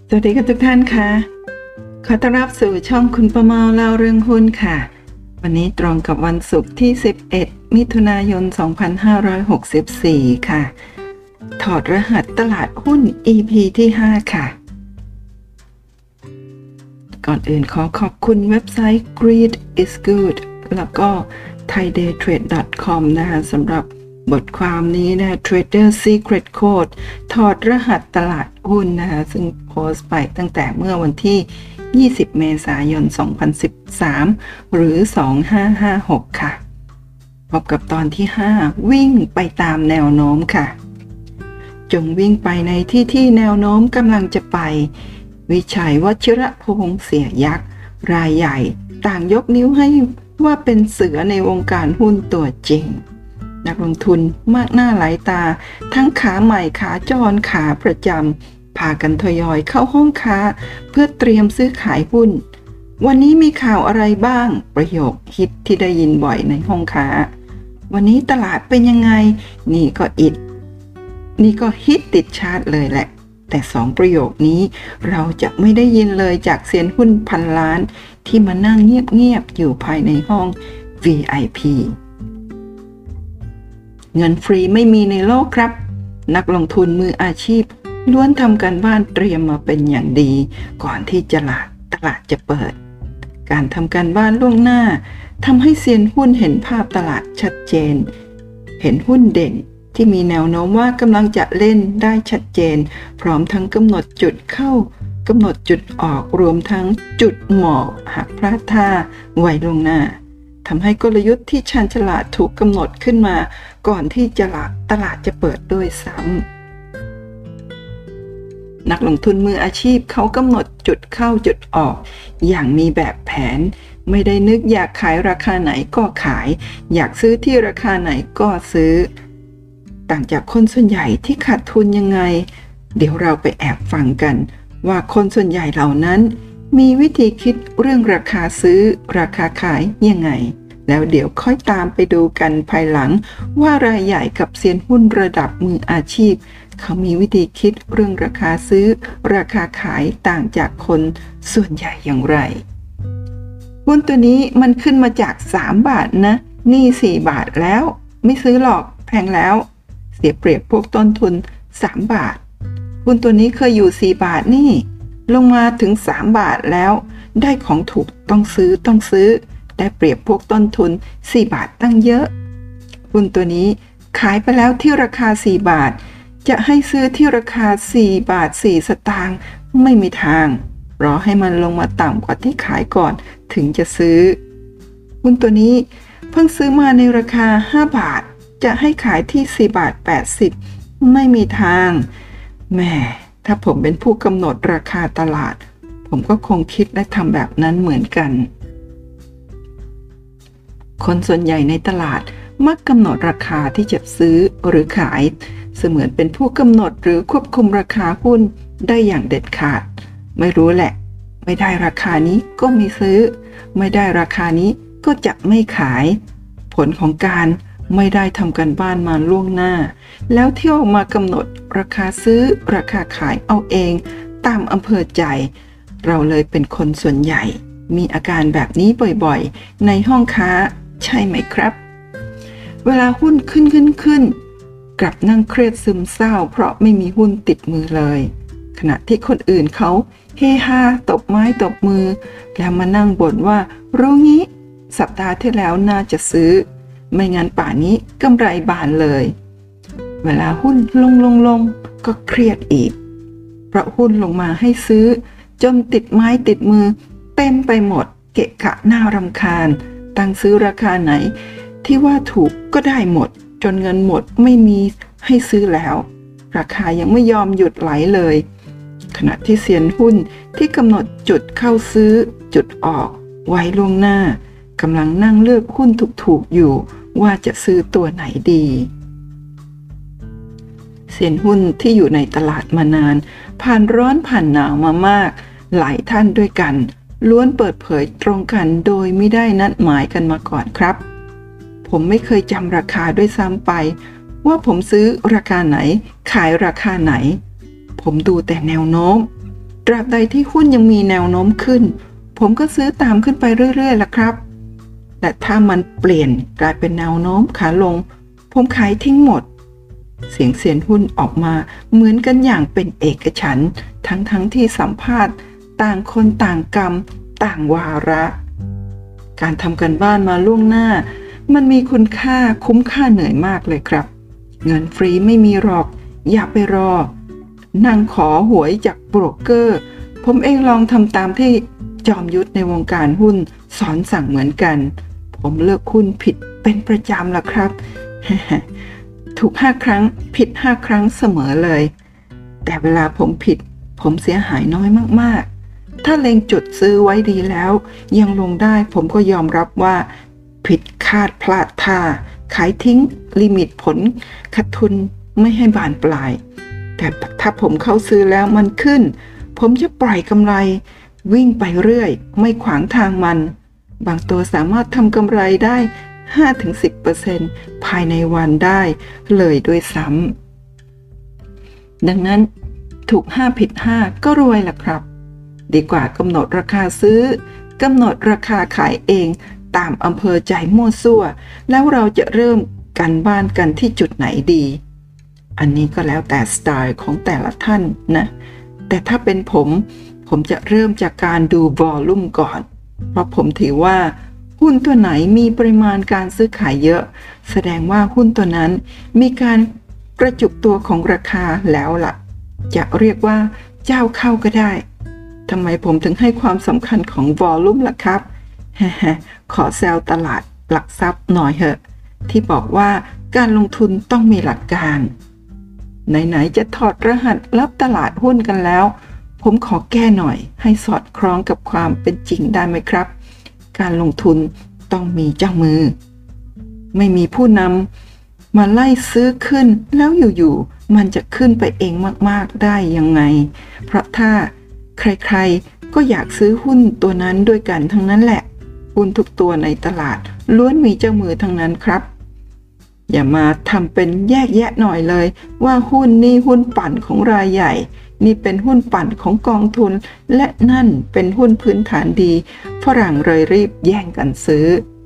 สวัสดีค่ะทุกท่านค่ะขอต้อนรับสู่ช่องคุณประเมาเล่าเรื่องหุ้นค่ะวันนี้ตรงกับวันศุกร์ที่11มิถุนายน2564ค่ะถอดรหัสตลาดหุ้น EP ที่5ค่ะก่อนอื่นขอขอบคุณเว็บไซต์ Greed is Good แล้วก็ thaidaytrade.com นะคะสำหรับบทความนี้นะ Trader Secret Code ถอดรหัสตลาดหุ้นนะคะซึ่งโพสต์ไปตั้งแต่เมื่อวันที่20เมษายน2013หรือ2556ค่ะพบกับตอนที่5วิ่งไปตามแนวโน้มค่ะจงวิ่งไปในที่แนวโน้มกำลังจะไปวิชัยวชิรพงษ์เสียยักษ์รายใหญ่ต่างยกนิ้วให้ว่าเป็นเสือในวงการหุ้นตัวจริงนักลงทุนมากหน้าหลายตาทั้งขาใหม่ขาจรขาประจำพากันทยอยเข้าห้องค้าเพื่อเตรียมซื้อขายหุ้นวันนี้มีข่าวอะไรบ้างประโยคฮิตที่ได้ยินบ่อยในห้องค้าวันนี้ตลาดเป็นยังไงนี่ก็ฮิตติดชาร์ตเลยแหละแต่2ประโยคนี้เราจะไม่ได้ยินเลยจากเซียนหุ้นพันล้านที่มานั่งเงียบๆอยู่ภายในห้อง VIP เงินฟรีไม่มีในโลกครับนักลงทุนมืออาชีพล้วนทำการบ้านเตรียมมาเป็นอย่างดีก่อนที่ตลาดจะเปิดการทำการบ้านล่วงหน้าทำให้เซียนหุ้นเห็นภาพตลาดชัดเจนเห็นหุ้นเด่นที่มีแนวโน้มว่ากำลังจะเล่นได้ชัดเจนพร้อมทั้งกำหนดจุดเข้ากำหนดจุดออกรวมทั้งจุดหมอบหากพลาดท่าไว้ล่วงหน้าทำให้กลยุทธ์ที่ชาญฉลาดถูกกำหนดขึ้นมาก่อนที่ตลาดจะเปิดด้วยซ้ำนักลงทุนมืออาชีพเขากำหนดจุดเข้าจุดออกอย่างมีแบบแผนไม่ได้นึกอยากขายราคาไหนก็ขายอยากซื้อที่ราคาไหนก็ซื้อต่างจากคนส่วนใหญ่ที่ขาดทุนยังไงเดี๋ยวเราไปแอบฟังกันว่าคนส่วนใหญ่เหล่านั้นมีวิธีคิดเรื่องราคาซื้อราคาขายยังไงแล้วเดี๋ยวค่อยตามไปดูกันภายหลังว่ารายใหญ่กับเซียนหุ้นระดับมืออาชีพเขามีวิธีคิดเรื่องราคาซื้อราคาขายต่างจากคนส่วนใหญ่อย่างไรหุ้นตัวนี้มันขึ้นมาจาก3บาทนะนี่4บาทแล้วไม่ซื้อหรอกแพงแล้วเสียเปรียบพวกต้นทุน3บาทหุ้นตัวนี้เคยอยู่4บาทนี่ลงมาถึง3บาทแล้วได้ของถูกต้องซื้อได้เปรียบพวกต้นทุน4บาทตั้งเยอะหุ้นตัวนี้ขายไปแล้วที่ราคา4บาทจะให้ซื้อที่ราคา4บาท4สตางค์ไม่มีทางรอให้มันลงมาต่ำกว่าที่ขายก่อนถึงจะซื้อหุ้นตัวนี้เพิ่งซื้อมาในราคา5บาทจะให้ขายที่4บาท80ไม่มีทางแม่ถ้าผมเป็นผู้กำหนดราคาตลาดผมก็คงคิดและทำแบบนั้นเหมือนกันคนส่วนใหญ่ในตลาดมักกำหนดราคาที่จะซื้อหรือขายเสมือนเป็นผู้กำหนดหรือควบคุมราคาหุ้นได้อย่างเด็ดขาดไม่รู้แหละไม่ได้ราคานี้ก็ไม่ซื้อไม่ได้ราคานี้ก็จะไม่ขายผลของการไม่ได้ทำการบ้านมาล่วงหน้าแล้วเที่ยวมากำหนดราคาซื้อราคาขายเอาเองตามอำเภอใจเราเลยเป็นคนส่วนใหญ่มีอาการแบบนี้บ่อยๆในห้องค้าใช่ไหมครับเวลาหุ้นขึ้นกลับนั่งเครียดซึมเศร้าเพราะไม่มีหุ้นติดมือเลยขณะที่คนอื่นเขาเฮฮาตบไม้ตบมือแล้วมานั่งบ่นว่ารู้งี้สัปดาห์ที่แล้วน่าจะซื้อไม่งั้นป่านนี้กำไรบานเลยเวลาหุ้นลงก็เครียดอีกเพราะหุ้นลงมาให้ซื้อจนติดไม้ติดมือเต็มไปหมดเกะกะน่ารำคาญตั้งซื้อราคาไหนที่ว่าถูกก็ได้หมดจนเงินหมดไม่มีให้ซื้อแล้วราคายังไม่ยอมหยุดไหลเลยขณะที่เซียนหุ้นที่กำหนดจุดเข้าซื้อจุดออกไว้ล่วงหน้ากำลังนั่งเลือกหุ้นถูกๆอยู่ว่าจะซื้อตัวไหนดีเซียนหุ้นที่อยู่ในตลาดมานานผ่านร้อนผ่านหนาวมามากหลายท่านด้วยกันล้วนเปิดเผยตรงกันโดยไม่ได้นัดหมายกันมาก่อนครับผมไม่เคยจำราคาด้วยซ้ำไปว่าผมซื้อราคาไหนขายราคาไหนผมดูแต่แนวโน้มตราบใดที่หุ้นยังมีแนวโน้มขึ้นผมก็ซื้อตามขึ้นไปเรื่อยๆล่ะครับแต่ถ้ามันเปลี่ยนกลายเป็นแนวโน้มขาลงผมขายทิ้งหมดเสียงเซียนหุ้นออกมาเหมือนกันอย่างเป็นเอกฉันท์ทั้งที่สัมภาษณ์ต่างคนต่างกรรมต่างวาระการทำกันบ้านมาล่วงหน้ามันมีคุณค่าคุ้มค่าเหนื่อยมากเลยครับเงินฟรีไม่มีหรอกอย่าไปรอนั่งขอหวยจากโบรกเกอร์ผมเองลองทำตามที่จอมยุทธในวงการหุ้นสอนสั่งเหมือนกันผมเลือกหุ้นผิดเป็นประจำล่ะครับ ถูก5 ครั้งผิด5 ครั้งเสมอเลยแต่เวลาผมผิดผมเสียหายน้อยมากๆถ้าเล็งจุดซื้อไว้ดีแล้วยังลงได้ผมก็ยอมรับว่าผิดคาดพลาดท่าขายทิ้งลิมิตผลขาดทุนไม่ให้บานปลายแต่ถ้าผมเข้าซื้อแล้วมันขึ้นผมจะปล่อยกำไรวิ่งไปเรื่อยไม่ขวางทางมันบางตัวสามารถทำกำไรได้ 5-10% ภายในวันได้เลยด้วยซ้ำดังนั้นถูก5ผิด5ก็รวยล่ะครับดีกว่ากำหนดราคาซื้อกำหนดราคาขายเองตามอำเภอใจมั่วซั่วแล้วเราจะเริ่มกันบ้านกันที่จุดไหนดีอันนี้ก็แล้วแต่สไตล์ของแต่ละท่านนะแต่ถ้าเป็นผมจะเริ่มจากการดูวอลลุ่มก่อนเพราะผมถือว่าหุ้นตัวไหนมีปริมาณการซื้อขายเยอะแสดงว่าหุ้นตัวนั้นมีการกระจุกตัวของราคาแล้วล่ะจะเรียกว่าเจ้าเข้าก็ได้ทำไมผมถึงให้ความสำคัญของวอลลุ่มล่ะครับ ขอแซวตลาดหลักทรัพย์หน่อยเหอะที่บอกว่าการลงทุนต้องมีหลักการไหนๆจะถอดรหัสลับตลาดหุ้นกันแล้วผมขอแก้หน่อยให้สอดคล้องกับความเป็นจริงได้ไหมครับการลงทุนต้องมีเจ้ามือไม่มีผู้นำมาไล่ซื้อขึ้นแล้วอยู่ๆมันจะขึ้นไปเองมากๆได้ยังไงเพราะถ้าใครๆก็อยากซื้อหุ้นตัวนั้นด้วยกันทั้งนั้นแหละหุ้นทุกตัวในตลาดล้วนมีเจ้ามือทั้งนั้นครับอย่ามาทำเป็นแยกแยะหน่อยเลยว่าหุ้นนี่หุ้นปั่นของรายใหญ่นี่เป็นหุ้นปั่นของกองทุนและนั่นเป็นหุ้นพื้นฐานดีฝรั่งเลยรีบแย่งกันซื้อ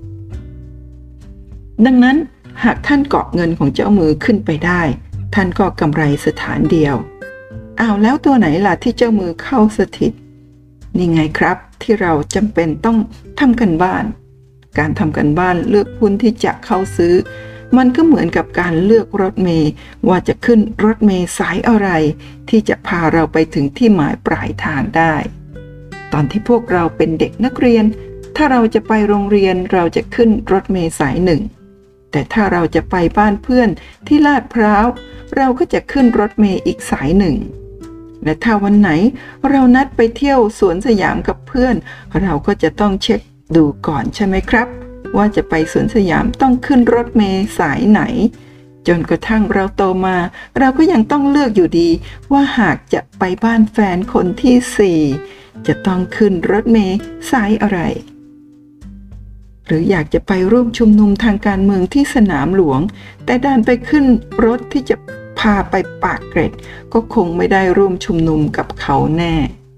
ดังนั้นหากท่านเกาะเงินของเจ้ามือขึ้นไปได้ท่านก็กำไรสถานเดียวแล้วตัวไหนล่ะที่เจ้ามือเข้าสถิตนี่ไงครับที่เราจำเป็นต้องทำกันบ้านการทำกันบ้านเลือกหุ้นที่จะเข้าซื้อมันก็เหมือนกับการเลือกรถเมล์ว่าจะขึ้นรถเมล์สายอะไรที่จะพาเราไปถึงที่หมายปลายทางได้ตอนที่พวกเราเป็นเด็กนักเรียนถ้าเราจะไปโรงเรียนเราจะขึ้นรถเมล์สายหนึ่งแต่ถ้าเราจะไปบ้านเพื่อนที่ลาดพร้าวเราก็จะขึ้นรถเมล์อีกสายหนึ่งและถ้าวันไหนเรานัดไปเที่ยวสวนสยามกับเพื่อนเราก็จะต้องเช็คดูก่อนใช่ไหมครับว่าจะไปสวนสยามต้องขึ้นรถเมล์สายไหนจนกระทั่งเราโตมาเราก็ยังต้องเลือกอยู่ดีว่าหากจะไปบ้านแฟนคนที่4จะต้องขึ้นรถเมล์สายอะไรหรืออยากจะไปร่วมชุมนุมทางการเมืองที่สนามหลวงแต่ดันไปขึ้นรถที่จะพาไปปากเกร็ดก็คงไม่ได้ร่วมชุมนุมกับเขาแน่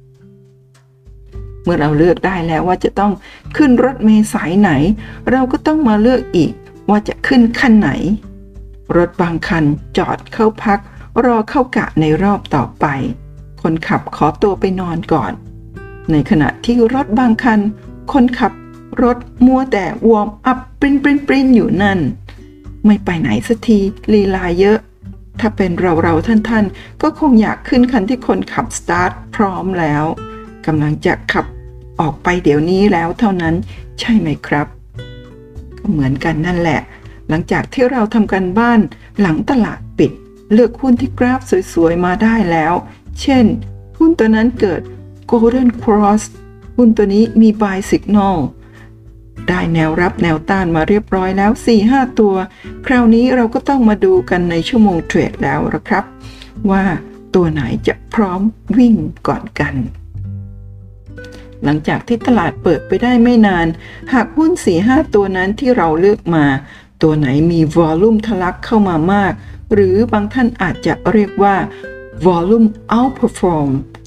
เมื่อเราเลือกได้แล้วว่าจะต้องขึ้นรถเมล์สายไหนเราก็ต้องมาเลือกอีกว่าจะขึ้นคันไหนรถบางคันจอดเข้าพักรอเข้ากะในรอบต่อไปคนขับขอตัวไปนอนก่อนในขณะที่รถบางคันคนขับรถมัวแต่วอร์มอัพปริ้นอยู่นั่นไม่ไปไหนสักทีลีลาเยอะถ้าเป็นเราท่านก็คงอยากขึ้นคันที่คนขับสตาร์ทพร้อมแล้วกำลังจะขับออกไปเดี๋ยวนี้แล้วเท่านั้นใช่ไหมครับก็เหมือนกันนั่นแหละหลังจากที่เราทำกันบ้านหลังตลาดปิดเลือกหุ้นที่กราฟสวยๆมาได้แล้วเช่นหุ้นตัวนั้นเกิด Golden Cross หุ้นตัวนี้มี Buy Signal ได้แนวรับแนวต้านมาเรียบร้อยแล้ว 4-5 ตัวคราวนี้เราก็ต้องมาดูกันในชั่วโมงเทรดแล้วนะครับว่าตัวไหนจะพร้อมวิ่งก่อนกันหลังจากที่ตลาดเปิดไปได้ไม่นานหากหุ้น 4-5 ตัวนั้นที่เราเลือกมาตัวไหนมีวอลลุ่มทะลักเข้ามามากหรือบางท่านอาจจะเรียกว่า volume outperform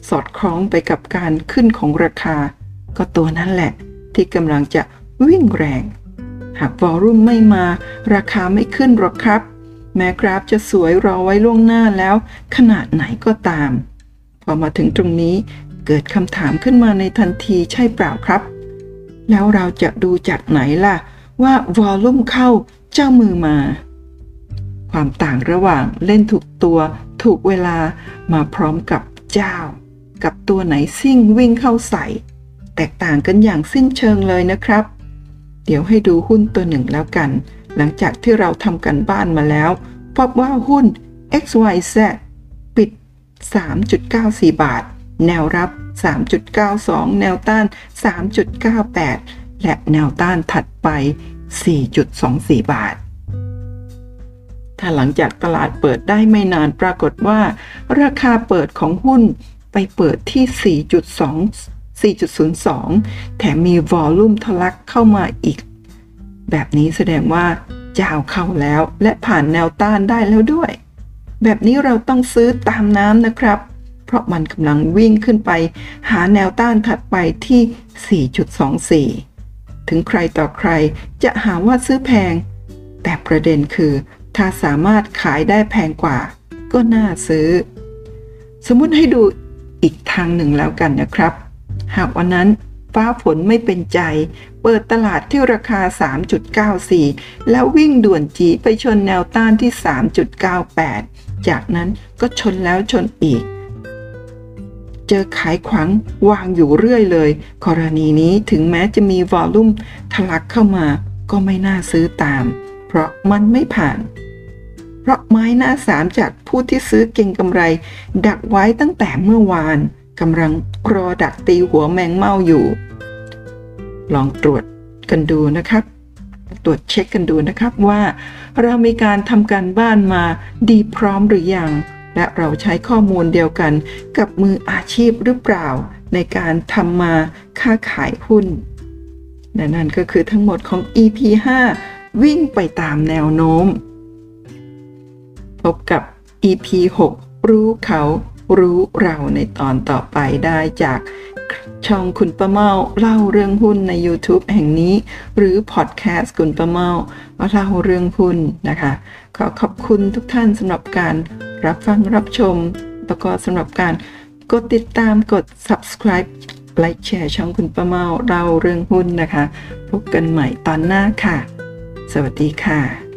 สอดคล้องไปกับการขึ้นของราคาก็ตัวนั้นแหละที่กำลังจะวิ่งแรงหากวอลลุ่มไม่มาราคาไม่ขึ้นหรอกครับแม้กราฟจะสวยรอไว้ล่วงหน้าแล้วขนาดไหนก็ตามพอมาถึงตรงนี้เกิดคำถามขึ้นมาในทันทีใช่เปล่าครับแล้วเราจะดูจากไหนล่ะว่าวอลลุ่มเข้าเจ้ามือมาความต่างระหว่างเล่นถูกตัวถูกเวลามาพร้อมกับเจ้ากับตัวไหนซิ่งวิ่งเข้าใส่แตกต่างกันอย่างสิ้นเชิงเลยนะครับเดี๋ยวให้ดูหุ้นตัวหนึ่งแล้วกันหลังจากที่เราทำกันบ้านมาแล้วพบว่าหุ้น XYZ ปิด 3.94 บาทแนวรับ 3.92 แนวต้าน 3.98 และแนวต้านถัดไป 4.24 บาทถ้าหลังจากตลาดเปิดได้ไม่นานปรากฏว่าราคาเปิดของหุ้นไปเปิดที่ 4.02 แถมมีวอลลุ่มทะลักเข้ามาอีกแบบนี้แสดงว่าเจ้าเข้าแล้วและผ่านแนวต้านได้แล้วด้วยแบบนี้เราต้องซื้อตามน้ำนะครับเพราะมันกำลังวิ่งขึ้นไปหาแนวต้านถัดไปที่ 4.24 ถึงใครต่อใครจะหาว่าซื้อแพงแต่ประเด็นคือถ้าสามารถขายได้แพงกว่าก็น่าซื้อสมมุติให้ดูอีกทางหนึ่งแล้วกันนะครับหากวันนั้นฟ้าฝนไม่เป็นใจเปิดตลาดที่ราคา 3.94 แล้ววิ่งด่วนจีไปชนแนวต้านที่ 3.98 จากนั้นก็ชนแล้วชนอีกเจอขายขวางวางอยู่เรื่อยเลยกรณีนี้ถึงแม้จะมีวอลลุ่มทะลักเข้ามาก็ไม่น่าซื้อตามเพราะมันไม่ผ่านเพราะไม้หน้าสามจากผู้ที่ซื้อเก็งกำไรดักไว้ตั้งแต่เมื่อวานกำลังรอดักตีหัวแมงเม่าอยู่ลองตรวจกันดูนะครับตรวจเช็คกันดูนะครับว่าเรามีการทำการบ้านมาดีพร้อมหรือยังและเราใช้ข้อมูลเดียวกันกับมืออาชีพหรือเปล่าในการทำมาค้าขายหุ้นและนั่นก็คือทั้งหมดของ EP 5 วิ่งไปตามแนวโน้มพบกับ EP 6 รู้เขารู้เราในตอนต่อไปได้จากช่องคุณป้าเมาเล่าเรื่องหุ้นใน YouTube แห่งนี้หรือพอดแคสต์คุณป้าเมาเล่าเรื่องหุ้นนะคะขอขอบคุณทุกท่านสำหรับการรับฟังรับชมแล้วก็สำหรับการกดติดตามกด subscribe ไลค์แชร์ช่องคุณป้าเมาเล่าเรื่องหุ้นนะคะพบกันใหม่ตอนหน้าค่ะสวัสดีค่ะ